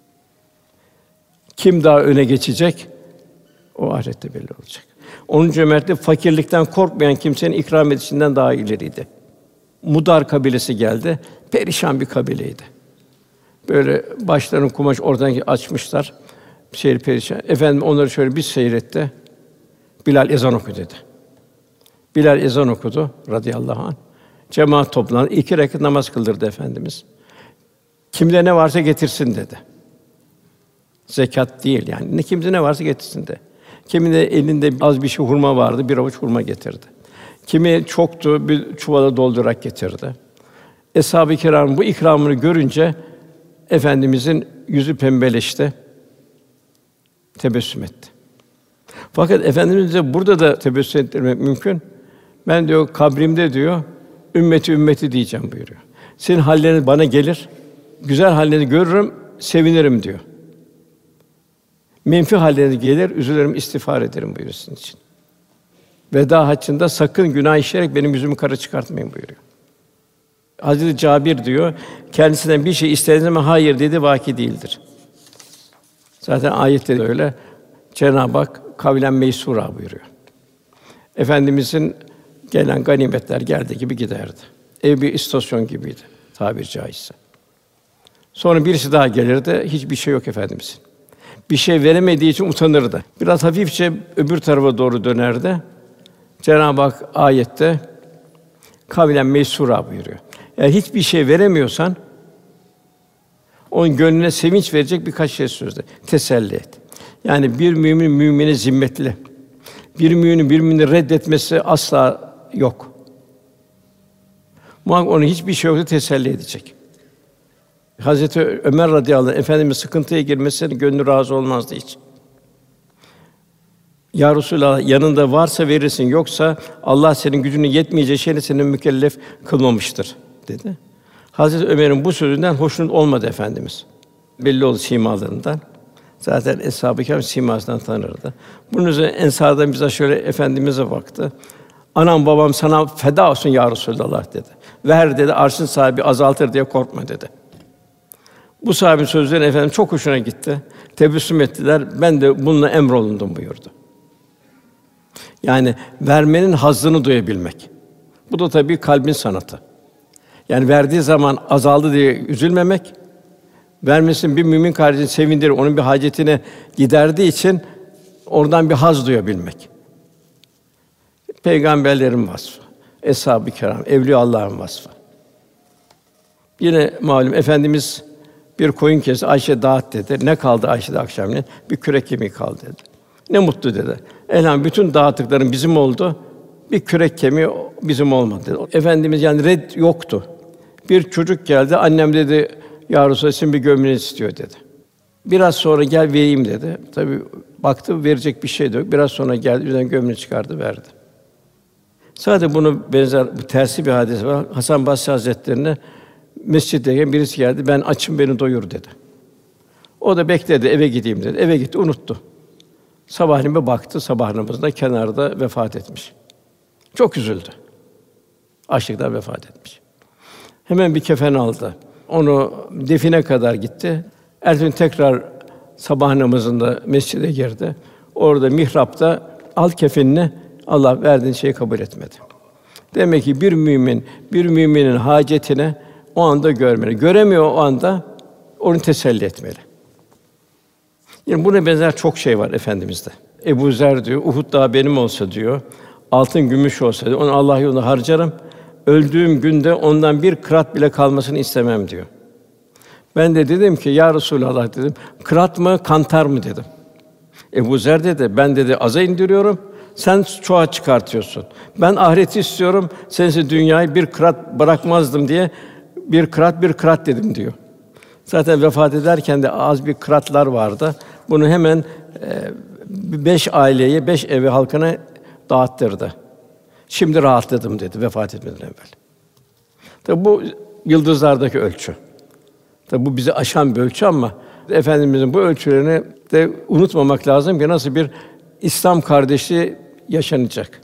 Kim daha öne geçecek? O ahirette belli olacak. Onun cömertliği fakirlikten korkmayan kimsenin ikram edişinden daha ileriydi. Mudar kabilesi geldi, perişan bir kabileydi. Böyle başlarını kumaş oradan açmışlar, perişan. Efendim onları şöyle bir seyretti. Bilal ezan oku dedi. Bilal ezan okudu radıyallahu anh. Cemaat toplandı. 2 rekat namaz kıldırdı Efendimiz. Kimde ne varsa getirsin dedi. Zekat değil yani. Kimde ne varsa getirsin de. Kiminde elinde az bir şey hurma vardı, bir avuç hurma getirdi. Kimi çoktu, bir çuvala doldurarak getirdi. Eshab-ı kiram bu ikramını görünce Efendimizin yüzü pembeleşti. Tebessüm etti. Fakat Efendimiz'e burada da tebessüm ettirmek mümkün. Ben diyor kabrimde diyor ümmeti diyeceğim buyuruyor. Senin hallerin bana gelir, güzel hallerini görürüm, sevinirim diyor. Menfi hallerini gelir, üzülürüm, istiğfar ederim buyuruyor sizin için. Veda haccında sakın günah işleyerek benim yüzümü kara çıkartmayın buyuruyor. Hazreti Cabir diyor, kendisinden bir şey istediğiniz zaman hayır dedi vaki değildir. Zaten ayette de öyle. Cenab-ı Hak kavlen meysura buyuruyor. Efendimizin gelen ganimetler geldiği gibi giderdi. Ev bir istasyon gibiydi tabiri caizse. Sonra birisi daha gelirdi, hiçbir şey yok Efendimizin. Bir şey veremediği için utanırdı. Biraz hafifçe öbür tarafa doğru dönerdi. Cenab-ı Hak ayette kavlen meysura buyuruyor. Yani hiçbir şey veremiyorsan onun gönlüne sevinç verecek birkaç şey sözle teselli et. Yani bir mümin mümine zimmetli. Bir müminin bir mümini reddetmesi asla yok. Muhakkak onun hiçbir şey yoksa teselli edecek. Hazreti Ömer radıyallahu anh Efendimiz sıkıntıya girmesine gönlü razı olmazdı hiç. Ya Resulallah yanında varsa verirsin yoksa Allah senin gücünün yetmeyeceği şeyle seni mükellef kılmamıştır dedi. Hazreti Ömer'in bu sözünden hoşnut olmadı Efendimiz. Belli oldu simalarından. Zaten eshab-ı kiram simasından tanırdı. Bunun üzerine ensardan bize şöyle Efendimiz'e baktı. Anam babam sana feda olsun ya Resulallah dedi. Ver dedi arşın sahibi azaltır diye korkma dedi. Bu sahabinin sözleri Efendimiz çok hoşuna gitti. Tebessüm ettiler. Ben de bununla emrolundum buyurdu. Yani vermenin hazzını duyabilmek. Bu da tabii kalbin sanatı. Yani verdiği zaman azaldı diye üzülmemek, vermesinin bir mümin kardeşini sevindirir, onun bir hacetini giderdiği için oradan bir haz duyabilmek. Peygamberlerin vasfı, eshab-ı kiram, evliya Allah'ın vasfı. Yine malum Efendimiz bir koyun kesti, Ayşe dağıt dedi. Ne kaldı Ayşe'de akşamleyin? Bir kürek kemiği kaldı dedi. Ne mutlu dedi. Elham bütün dağıttıklarım bizim oldu. Bir kürek kemiği bizim olmadı dedi. Efendimiz yani red yoktu. Bir çocuk geldi, annem dedi, ya Resulallah sizin bir gömleğinizi istiyor dedi. Biraz sonra gel vereyim dedi. Tabii baktı verecek bir şey de yok. Biraz sonra geldi, birden gömleği çıkardı, verdi. Sadece bunu benzer tersi bir hadis var. Hasan Basri Hazretlerine mescitteyken birisi geldi. Ben açım, beni doyur dedi. O da bekledi, eve gideyim dedi. Eve gitti, unuttu. Sabahleyin bir baktı, sabah namazında kenarda vefat etmiş. Çok üzüldü. Açlıktan vefat etmiş. Hemen bir kefen aldı. Onu define kadar gitti. Ertesi gün tekrar sabah namazında mescide girdi. Orada mihrapta al kefenini, Allah verdiğin şeyi kabul etmedi. Demek ki bir müminin hacetine o anda görmeli. Göremiyor o anda, onu teselli etmeli. Yani buna benzer çok şey var Efendimiz'de. Ebu Zer diyor, Uhud dağı benim olsa diyor, altın gümüş olsa diyor, onu Allah yolunda harcarım. Öldüğüm günde ondan bir kırat bile kalmasını istemem diyor. Ben de dedim ki ya Resulallah dedim, kırat mı, kantar mı dedim. Ebu Zer dedi, ben dedi aza indiriyorum, sen çoğa çıkartıyorsun. Ben ahireti istiyorum, sense dünyayı bir kırat bırakmazdım diye bir kırat dedim diyor. Zaten vefat ederken de az bir kıratlar vardı. Bunu hemen 5 aileye, 5 evi halkına dağıttırdı. Şimdi rahatladım dedi vefat etmeden evvel. Tabi bu yıldızlardaki ölçü. Tabi bu bizi aşan bir ölçü ama Efendimizin bu ölçülerini de unutmamak lazım ki nasıl bir İslam kardeşliği yaşanacak.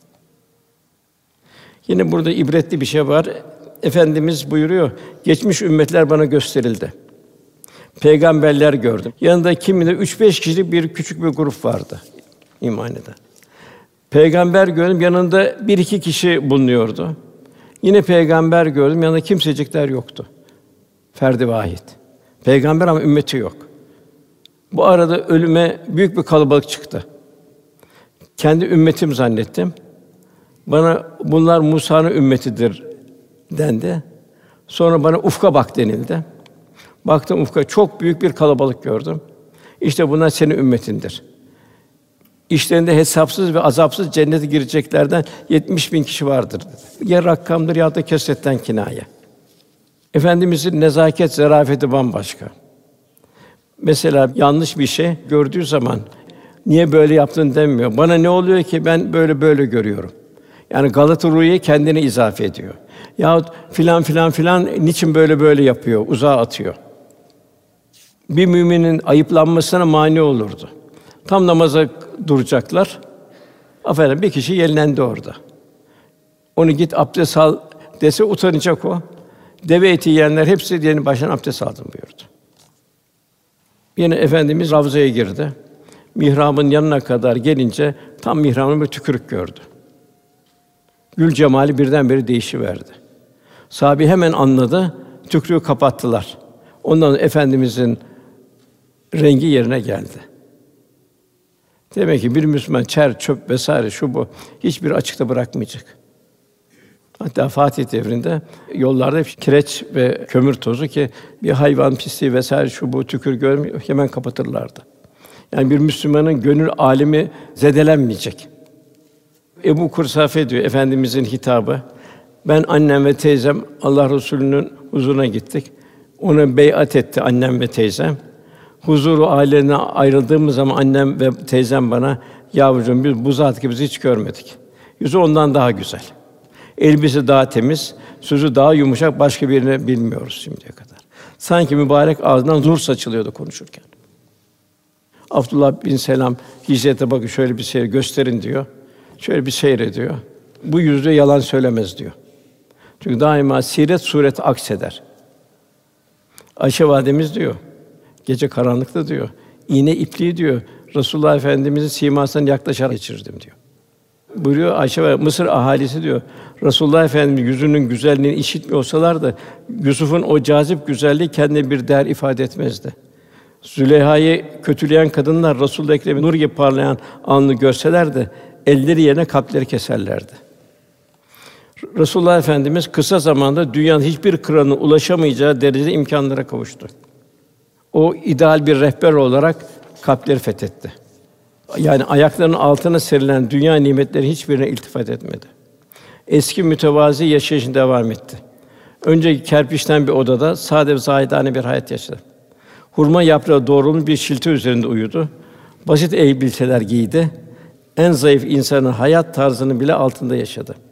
Yine burada ibretli bir şey var. Efendimiz buyuruyor, geçmiş ümmetler bana gösterildi. Peygamberler gördüm. Yanında kiminde 3-5 kişilik bir küçük bir grup vardı iman eden. Peygamber gördüm, yanında 1-2 kişi bulunuyordu. Yine peygamber gördüm, yanında kimsecikler yoktu. Ferdi vahid. Peygamber ama ümmeti yok. Bu arada ölüme büyük bir kalabalık çıktı. Kendi ümmetim zannettim. Bana bunlar Musa'nın ümmetidir dendi. Sonra bana ufka bak denildi. Baktım ufka, çok büyük bir kalabalık gördüm. İşte bunlar senin ümmetindir. İşlerinde hesapsız ve azapsız cennete gireceklerden 70.000 kişi vardır dedi. Ya rakamdır ya da kesretten kinaye. Efendimizin nezaket, zarafeti bambaşka. Mesela yanlış bir şey gördüğü zaman niye böyle yaptın demiyor. Bana ne oluyor ki ben böyle görüyorum. Yani Galata Ruhiye kendini izafe ediyor. Yahut filan niçin böyle yapıyor, uzağa atıyor. Bir müminin ayıplanmasına mani olurdu. Tam namaza duracaklar. Bir kişi yellendi orada. Onu git abdest al dese utanacak o. Deve eti yiyenler hepsi diyenin başına abdest aldım buyurdu. Yine Efendimiz Ravza'ya girdi. Mihrabın yanına kadar gelince tam mihrabın bir tükürük gördü. Gül cemali birdenbire değişiverdi. Sahabe hemen anladı, tükürüğü kapattılar. Ondan sonra Efendimizin rengi yerine geldi. Demek ki bir Müslüman çer, çöp vesaire şu bu hiçbir açıkta bırakmayacak. Hatta Fatih devrinde yollarda hep kireç ve kömür tozu ki bir hayvan pisliği vesaire şu bu tükür görmüyor hemen kapatırlardı. Yani bir Müslümanın gönül alemi zedelenmeyecek. Ebu Kursafe diyor Efendimizin hitabı. Ben annem ve teyzem Allah Resulü'nün huzuruna gittik. Ona beyat etti annem ve teyzem. Huzuru ailelerine ayrıldığımız zaman annem ve teyzem bana yavrucuğum biz bu zat gibi hiç görmedik. Yüzü ondan daha güzel. Elbise daha temiz, sözü daha yumuşak başka birini bilmiyoruz şimdiye kadar. Sanki mübarek ağzından nur saçılıyordu konuşurken. Abdullah bin Selam hicrete bakın şöyle bir şey gösterin diyor. Şöyle bir seyrediyor. Bu yüzde yalan söylemez diyor. Çünkü daima siret suret akseder. Ayşe validemiz diyor. Gece karanlıkta diyor. İğne ipliği diyor. Resulullah Efendimizin simasından yaklaşarak geçirdim diyor. Buyuruyor Ayşe validemiz, Mısır ahalisi diyor. Resulullah Efendimiz yüzünün güzelliğini işitmiyor olsalar da Yusuf'un o cazip güzelliği kendine bir değer ifade etmezdi. Züleyha'yı kötüleyen kadınlar Resul-i Ekrem'in nur gibi parlayan alnını görseler de elleri yerine kalpleri keserlerdi. Resulullah Efendimiz kısa zamanda dünyanın hiçbir kralının ulaşamayacağı derecede imkânlara kavuştu. O ideal bir rehber olarak kalpleri fethetti. Yani ayaklarının altına serilen dünya nimetleri hiçbirine iltifat etmedi. Eski mütevazi yaşayışına devam etti. Önce kerpiçten bir odada sade ve zahidane bir hayat yaşadı. Hurma yaprağı doğrulmuş bir şilte üzerinde uyudu. Basit elbiseler giydi. En zayıf insanın hayat tarzını bile altında yaşadı.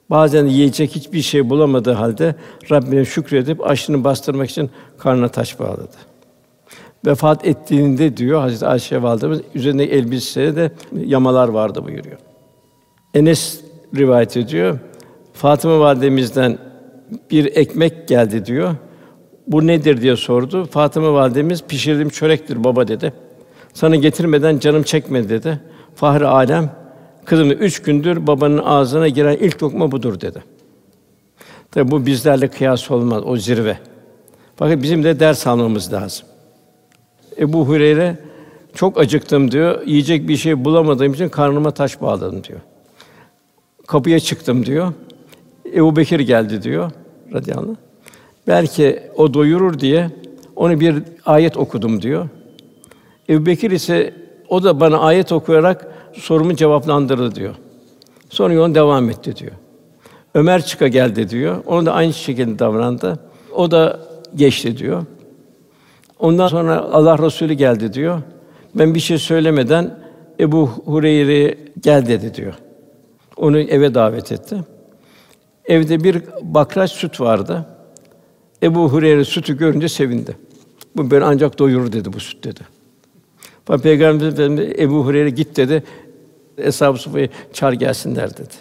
Bazen yiyecek hiçbir şey bulamadığı halde Rabbine şükredip açlığını bastırmak için karnına taş bağladı. Vefat ettiğinde diyor Hazreti Ayşe validemiz üzerinde elbisede de yamalar vardı buyuruyor. Enes rivayet ediyor. Fatıma validemizden bir ekmek geldi diyor. Bu nedir diye sordu. Fatıma validemiz pişirdiğim çörektir baba dedi. Sana getirmeden canım çekmedi dedi. Fahri alem kızım 3 gündür babanın ağzına giren ilk lokma budur dedi. Tabi bu bizlerle kıyas olmaz o zirve. Fakat bizim de ders almamız lazım. Ebu Hureyre çok acıktım diyor. Yiyecek bir şey bulamadığım için karnıma taş bağladım diyor. Kapıya çıktım diyor. Ebubekir geldi diyor radıyallahu anh. Belki o doyurur diye ona bir ayet okudum diyor. Ebubekir ise o da bana ayet okuyarak sorumu cevaplandırdı diyor. Sonra yoluna devam etti diyor. Ömer çıka geldi diyor. Onu da aynı şekilde davrandı. O da geçti diyor. Ondan sonra Allah Resulü geldi diyor. Ben bir şey söylemeden Ebu Hureyre gel dedi diyor. Onu eve davet etti. Evde bir bakraç süt vardı. Ebu Hureyre sütü görünce sevindi. Bu beni ancak doyurur dedi bu süt dedi. Fakat Peygamber Efendimiz Ebu Hureyre git dedi. Eshab-ı Suffa'yı çağır gelsinler dedi.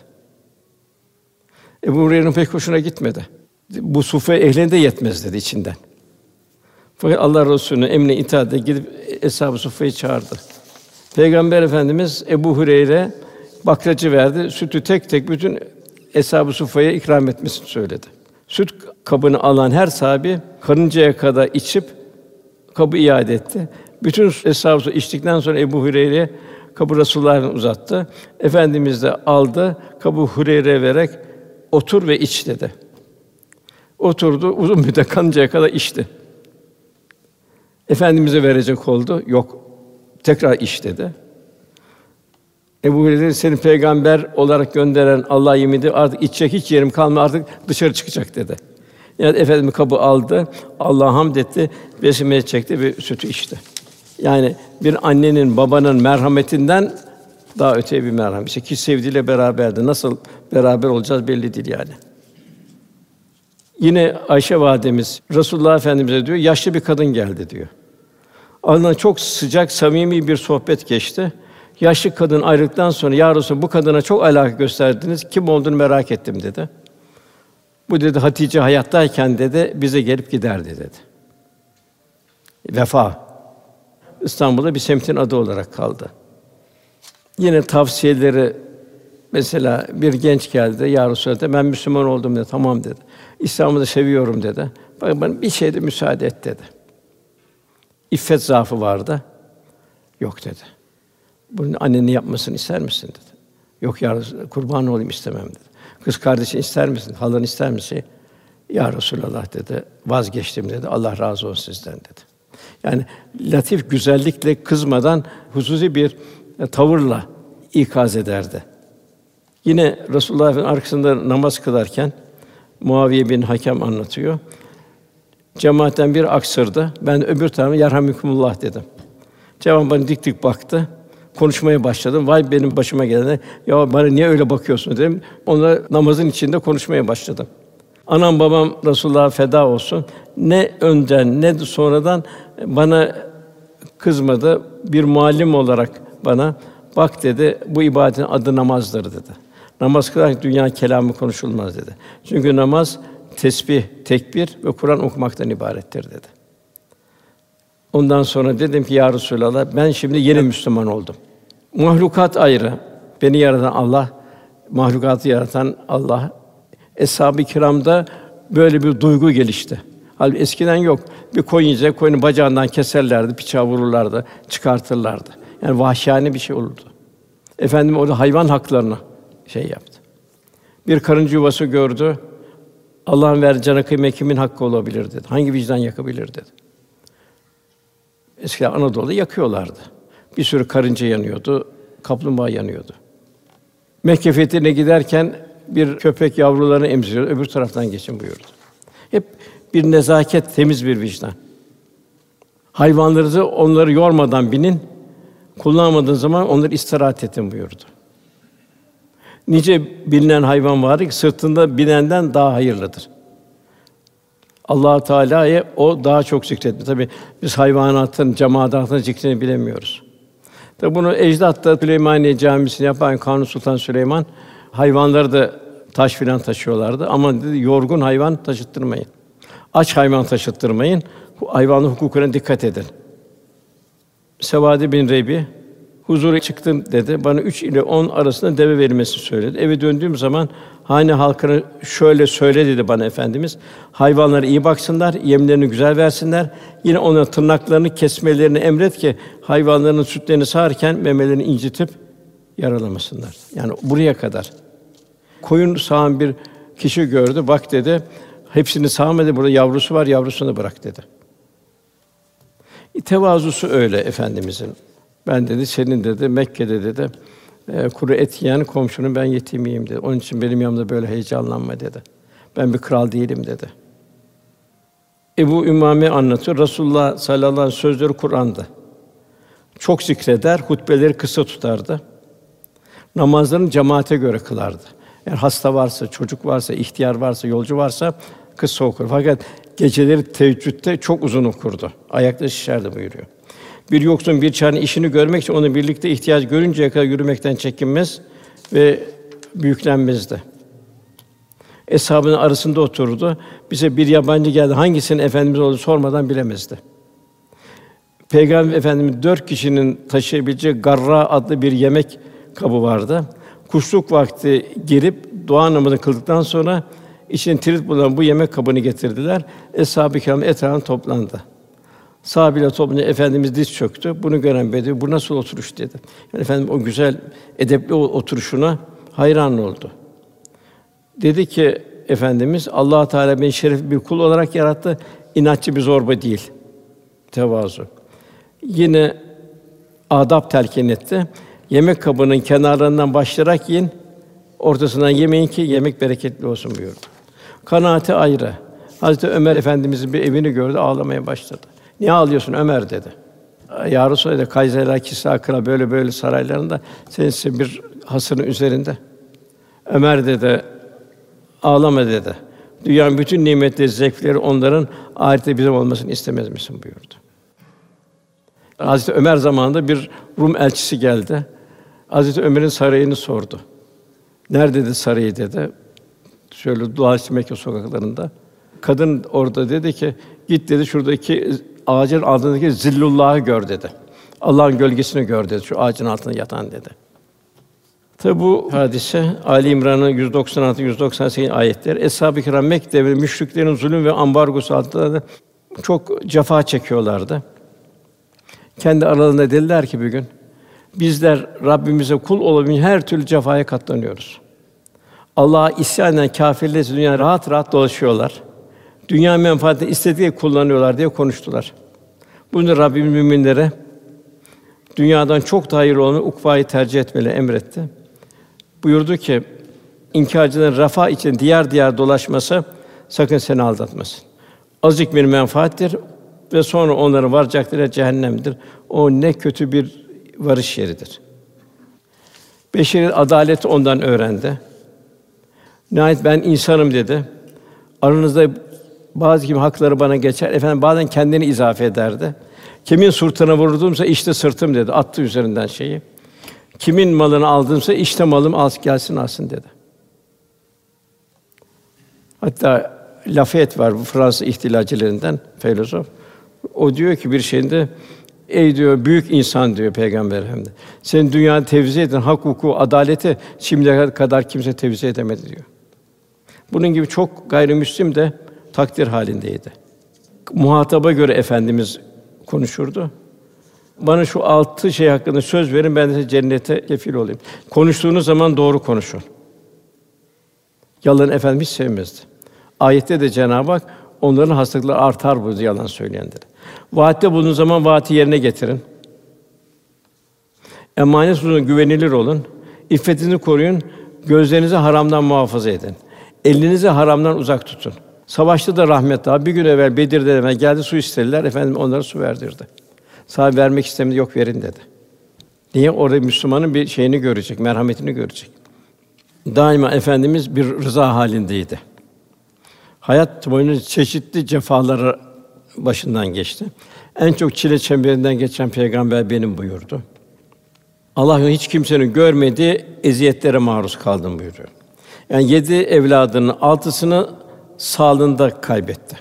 Ebu Hureyre'nin pek hoşuna gitmedi. Bu Suffe ehline de yetmez dedi içinden. Fakat Allah Resulü'nün emrine itaat edip gidip Eshab-ı Suffa'yı çağırdı. Peygamber Efendimiz Ebu Hureyre bakracı verdi. Sütü tek tek bütün Eshab-ı Suffa'ya ikram etmesini söyledi. Süt kabını alan her sahabi karıncaya kadar içip kabı iade etti. Bütün Eshab-ı Suffa içtikten sonra Ebu Hureyre'ye kabı Resulullah'a uzattı. Efendimiz de aldı, kabı Hureyre'ye vererek otur ve iç dedi. Oturdu, uzun müddet kanıncaya kadar içti. Efendimiz'e verecek oldu. Yok, tekrar iç dedi. Ebu Hureyre seni peygamber olarak gönderen Allah yemin ediyor. Artık içecek hiç yerim kalmadı. Artık dışarı çıkacak dedi. Yani Efendimiz kabı aldı. Allah'a hamd etti. Besmele çekti ve sütü içti. Yani bir annenin, babanın merhametinden daha öte bir merhamet. İşte ki sevdiğiyle beraberdi. Nasıl beraber olacağız belli değil yani. Yine Ayşe validemiz Resulullah Efendimize diyor, yaşlı bir kadın geldi diyor. Aralarında çok sıcak, samimi bir sohbet geçti. Yaşlı kadın ayrıldıktan sonra ya Resulallah bu kadına çok alaka gösterdiniz. Kim olduğunu merak ettim dedi. Bu dedi Hatice hayattayken dedi bize gelip giderdi dedi. Vefa. İstanbul'da bir semtin adı olarak kaldı. Yine tavsiyeleri mesela bir genç geldi ya Resulallah ben Müslüman oldum dedi. Tamam dedi. İslam'ı da seviyorum dedi. Bak bana bir şeyde müsaade et dedi. İffet zaafı vardı. Yok dedi. Bunun annenin yapmasını ister misin dedi. Yok ya Resulallah, kurban olayım istemem dedi. Kız kardeşin ister misin? Halan ister misin? Ya Resulallah dedi. Vazgeçtim dedi. Allah razı olsun sizden dedi. Yani latif güzellikle kızmadan hususi bir tavırla ikaz ederdi. Yine Resulullah Efendimiz arkasında namaz kılarken Muaviye bin Hakem anlatıyor. Cemaatten bir aksırdı. Ben öbür tarafa yerhamükumullah dedim. Cemaat bana dik dik baktı. Konuşmaya başladım. Vay benim başıma gelene. Ya bana niye öyle bakıyorsun dedim. Onunla namazın içinde konuşmaya başladım. Anam babam Resulullah'a feda olsun. Ne önden ne de sonradan bana kızmadı. Bir muallim olarak bana bak dedi. Bu ibadetin adı namazdır dedi. Namaz kılarken dünya kelamı konuşulmaz dedi. Çünkü namaz tesbih, tekbir ve Kur'an okumaktan ibarettir dedi. Ondan sonra dedim ki ya Resulallah ben şimdi yeni Müslüman oldum. Mahlukat ayrı. Beni yaratan Allah, mahlukatı yaratan Allah. Eshab-ı Kiram'da böyle bir duygu gelişti. Halbuki eskiden yok. Bir koyun yiyecek, koyunun bacağından keserlerdi, bıçağı vururlardı, çıkartırlardı. Yani vahşiyane bir şey olurdu. Efendim orada hayvan haklarına yaptı. Bir karınca yuvası gördü. Allah'ın verdiği cana kıymet kimin hakkı olabilir dedi. Hangi vicdan yakabilir dedi. Eskiden Anadolu'da yakıyorlardı. Bir sürü karınca yanıyordu, kaplumbağa yanıyordu. Mekke fethine giderken bir köpek yavrularını emziriyor, öbür taraftan geçin buyurdu. Hep bir nezaket, temiz bir vicdan. Hayvanlarınızı onları yormadan binin, kullanmadığın zaman onları istirahat edin buyurdu. Nice bilinen hayvan var ki sırtında binenden daha hayırlıdır. Allah Teala'ya o daha çok zikretmiş. Tabii biz hayvanatın, cemaatın zikrini bilemiyoruz. Tabii bunu ecdat Süleymaniye Camisi'ni yapan Kanuni Sultan Süleyman hayvanları da taş filan taşıyorlardı ama dedi yorgun hayvan taşıttırmayın. Aç hayvan taşıttırmayın. Hayvanın hukukuna dikkat edin. Sevadi bin Rebi huzura çıktım dedi. Bana 3 ile 10 arasında deve verilmesini söyledi. Eve döndüğüm zaman hane halkına şöyle söyle dedi bana Efendimiz. Hayvanlara iyi baksınlar, yemlerini güzel versinler. Yine ona tırnaklarını kesmelerini emret ki hayvanların sütlerini sağarken memelerini incitip yaralamasınlar. Yani buraya kadar. Koyun sağan bir kişi gördü. Bak dedi. Hepsini sağmadı. Burada yavrusu var. Yavrusunu bırak dedi. Tevazusu öyle Efendimizin. Ben dedi senin dedi Mekke'de dedi kuru et yiyen komşunun ben yetimiyim dedi. Onun için benim yanımda böyle heyecanlanma dedi. Ben bir kral değilim dedi. Ebu Ümame anlatıyor. Resulullah sallallahu aleyhi ve sellem sözleri Kur'an'da. Çok zikreder, hutbeleri kısa tutardı. Namazlarını cemaate göre kılardı. Yani hasta varsa, çocuk varsa, ihtiyar varsa, yolcu varsa kısa okur. Fakat geceleri teheccüdde çok uzun okurdu. Ayakta şişerdi buyuruyor. Bir yoksun bir çarenin işini görmek için onunla birlikte ihtiyaç görünceye kadar yürümekten çekinmez ve büyüklenmezdi. Eshabının arasında otururdu. Bize bir yabancı geldi. Hangisinin efendimiz olduğunu sormadan bilemezdi. Peygamber Efendimiz 4 kişinin taşıyabileceği garra adlı bir yemek kabı vardı. Kuşluk vakti girip dua namazını kıldıktan sonra içine tirit bulunan bu yemek kabını getirdiler. Eshab-ı kiram etrafına toplandı. Sahabeyle toplanınca Efendimiz diz çöktü. Bunu gören Bedevi, bu nasıl oturuş dedi. Yani Efendim o güzel, edepli oturuşuna hayran oldu. Dedi ki Efendimiz, Allah Teala beni şerefli bir kul olarak yarattı. İnatçı bir zorba değil. Tevazu. Yine adab telkin etti. Yemek kabının kenarlarından başlayarak yiyin, ortasından yemeyin ki yemek bereketli olsun buyurdu. Kanaati ayrı. Hazreti Ömer Efendimizin bir evini gördü, ağlamaya başladı. Niye ağlıyorsun Ömer dedi. Ya Resulallah dedi, Kayserler, Kisra Kral böyle saraylarında senin bir hasırın üzerinde. Ömer dedi, ağlama dedi. Dünyanın bütün nimetleri, zevkleri onların ahirette bizim olmasını istemez misin buyurdu. Hazreti Ömer zamanında bir Rum elçisi geldi. Hazreti Ömer'in sarayını sordu. Nerede dedi sarayı dedi. Şöyle dolaştı Mekke sokaklarında. Kadın orada dedi ki, git dedi şuradaki ağacın altındaki zillullah'ı gör dedi. Allah'ın gölgesini gör dedi. Şu ağacın altında yatan dedi. Tabi bu hadise Ali İmran'ın 196-198 ayetleri. Eshab-ı Kiram Mekke'de ve müşriklerin zulüm ve ambargosu altında çok cefa çekiyorlardı. Kendi aralarında dediler ki bir gün, bizler Rabbimize kul olabilmek her türlü cefaya katlanıyoruz. Allah'a isyan eden kâfirler dünyada rahat dolaşıyorlar. Dünya menfaatini istediği kullanıyorlar diye konuştular. Bunu Rabbimiz müminlere dünyadan çok daha hayırlı olanı ukvayı tercih etmeli emretti. Buyurdu ki, inkârcıların refah için diyar dolaşması sakın seni aldatmasın. Azıcık bir menfaattir ve sonra onların varacakları cehennemdir. O ne kötü bir varış yeridir. Beşerin adaleti ondan öğrendi. Nihayet ben insanım dedi. Aranızda bazı kim hakları bana geçer. Efendim bazen kendini izafe ederdi. Kimin sırtına vurduğumsa işte sırtım dedi. Attı üzerinden şeyi. Kimin malını aldımsa işte malım gelsin alsın dedi. Hatta Lafayette var bu Fransız ihtilalcilerinden filozof. O diyor ki bir şeyinde ey diyor büyük insan diyor Peygamber Efendimiz. Senin dünyada tevzi eden hak, hukuku, adaleti şimdiye kadar kimse tevzi edemedi diyor. Bunun gibi çok gayrimüslim de takdir halindeydi. Muhataba göre Efendimiz konuşurdu. Bana şu 6 şey hakkında söz verin, ben de size cennete kefil olayım. Konuştuğunuz zaman doğru konuşun. Yalan Efendimiz hiç sevmezdi. Ayette de Cenab-ı Hak onların hastalıkları artar buyurdu yalan söyleyenleri. Vaatte bulunduğunuz zaman vaati yerine getirin. Emanet hususunda güvenilir olun. İffetinizi koruyun. Gözlerinizi haramdan muhafaza edin. Elinizi haramdan uzak tutun. Savaşta da rahmet daha. Bir gün evvel Bedir'de geldi su istediler. Efendim onlara su verdirdi. Sahabe vermek istemedi. Yok verin dedi. Niye? Orada Müslümanın bir şeyini görecek, merhametini görecek. daima Efendimiz bir rıza halindeydi. Hayat boyunca çeşitli cefaları başından geçti. En çok çile çemberinden geçen peygamber benim buyurdu. Allah'ın hiç kimsenin görmediği eziyetlere maruz kaldım buyuruyor. Yani 7 evladının 6'sını sağlığında kaybetti.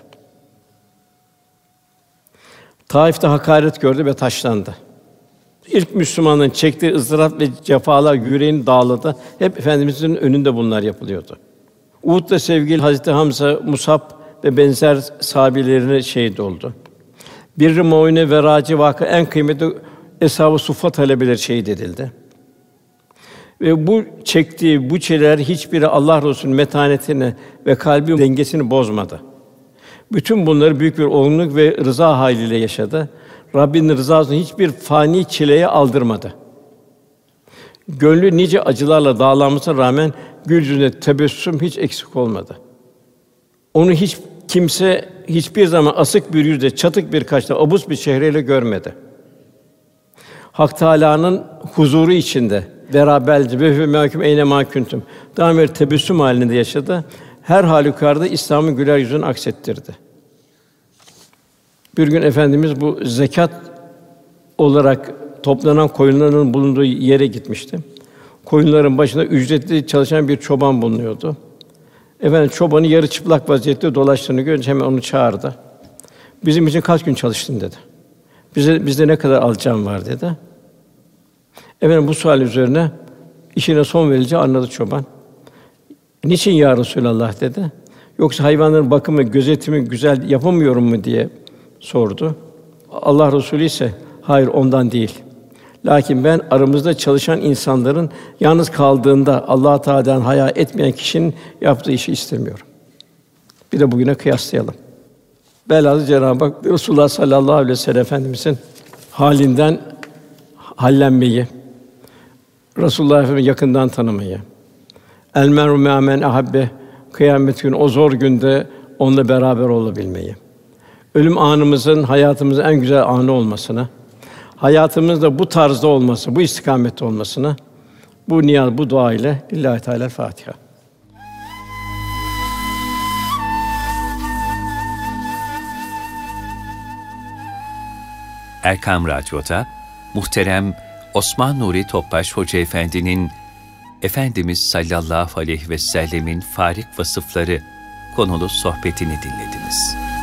Taif'te hakaret gördü ve taşlandı. İlk Müslümanların çektiği ızdırap ve cefalar yüreğini dağladı. Hep Efendimizin önünde bunlar yapılıyordu. Uhud'da sevgili Hazreti Hamza, Musab ve benzer sahabelerine şehit oldu. Bir Mu'mine ve Raci vakı en kıymetli Eshab-ı Suffa talebeleri şehit edildi. Ve bu çektiği bu çileler hiçbiri Allah Resulü'nün metanetini ve kalbi dengesini bozmadı. Bütün bunları büyük bir olgunluk ve rıza hâliyle yaşadı. Rabbinin rızasını hiçbir fani çileye aldırmadı. Gönlü nice acılarla dağlanmasına rağmen gül yüzünde tebessüm hiç eksik olmadı. Onu hiç kimse hiçbir zaman asık bir yüzle, çatık bir kaşla, abus bir çehreyle görmedi. Hak Teâlâ'nın huzuru içinde beraberce ve mâkûm eyne mâ kuntum daim bir tebessüm halinde yaşadı. Her halükarda İslam'ın güler yüzünü aksettirdi. Bir gün Efendimiz bu zekat olarak toplanan koyunların bulunduğu yere gitmişti. Koyunların başında ücretli çalışan bir çoban bulunuyordu. Efendim çobanı yarı çıplak vaziyette dolaştığını görünce hemen onu çağırdı. Bizim için kaç gün çalıştın dedi. Bizde ne kadar alacağım var dedi. Efendim bu sual üzerine işine son verileceği anladı çoban. Niçin ya Resulallah dedi. Yoksa hayvanların bakımı, gözetimi güzel yapamıyorum mu diye sordu. Allah Resulü ise hayır ondan değil. Lakin ben aramızda çalışan insanların yalnız kaldığında Allah Teala'dan haya etmeyen kişinin yaptığı işi istemiyorum. Bir de bugüne kıyaslayalım. Velhâsıl Cenab-ı Hak Resulullah sallallahu aleyhi ve sellem Efendimizin halinden hallenmeyi, Resulullah Efendimizi yakından tanımayı, el mer'u me'a men ahabbe, kıyamet günü o zor günde onunla beraber olabilmeyi, ölüm anımızın hayatımızın en güzel anı olmasına, hayatımızda bu tarzda olması, bu istikamette olmasına, bu niyaz, bu dua ile Lillahi Teala Fatiha. Erkam Radyo'da muhterem Osman Nuri Topbaş Hoca Efendi'nin Efendimiz sallallahu aleyhi ve sellemin farik vasıfları konulu sohbetini dinlediniz.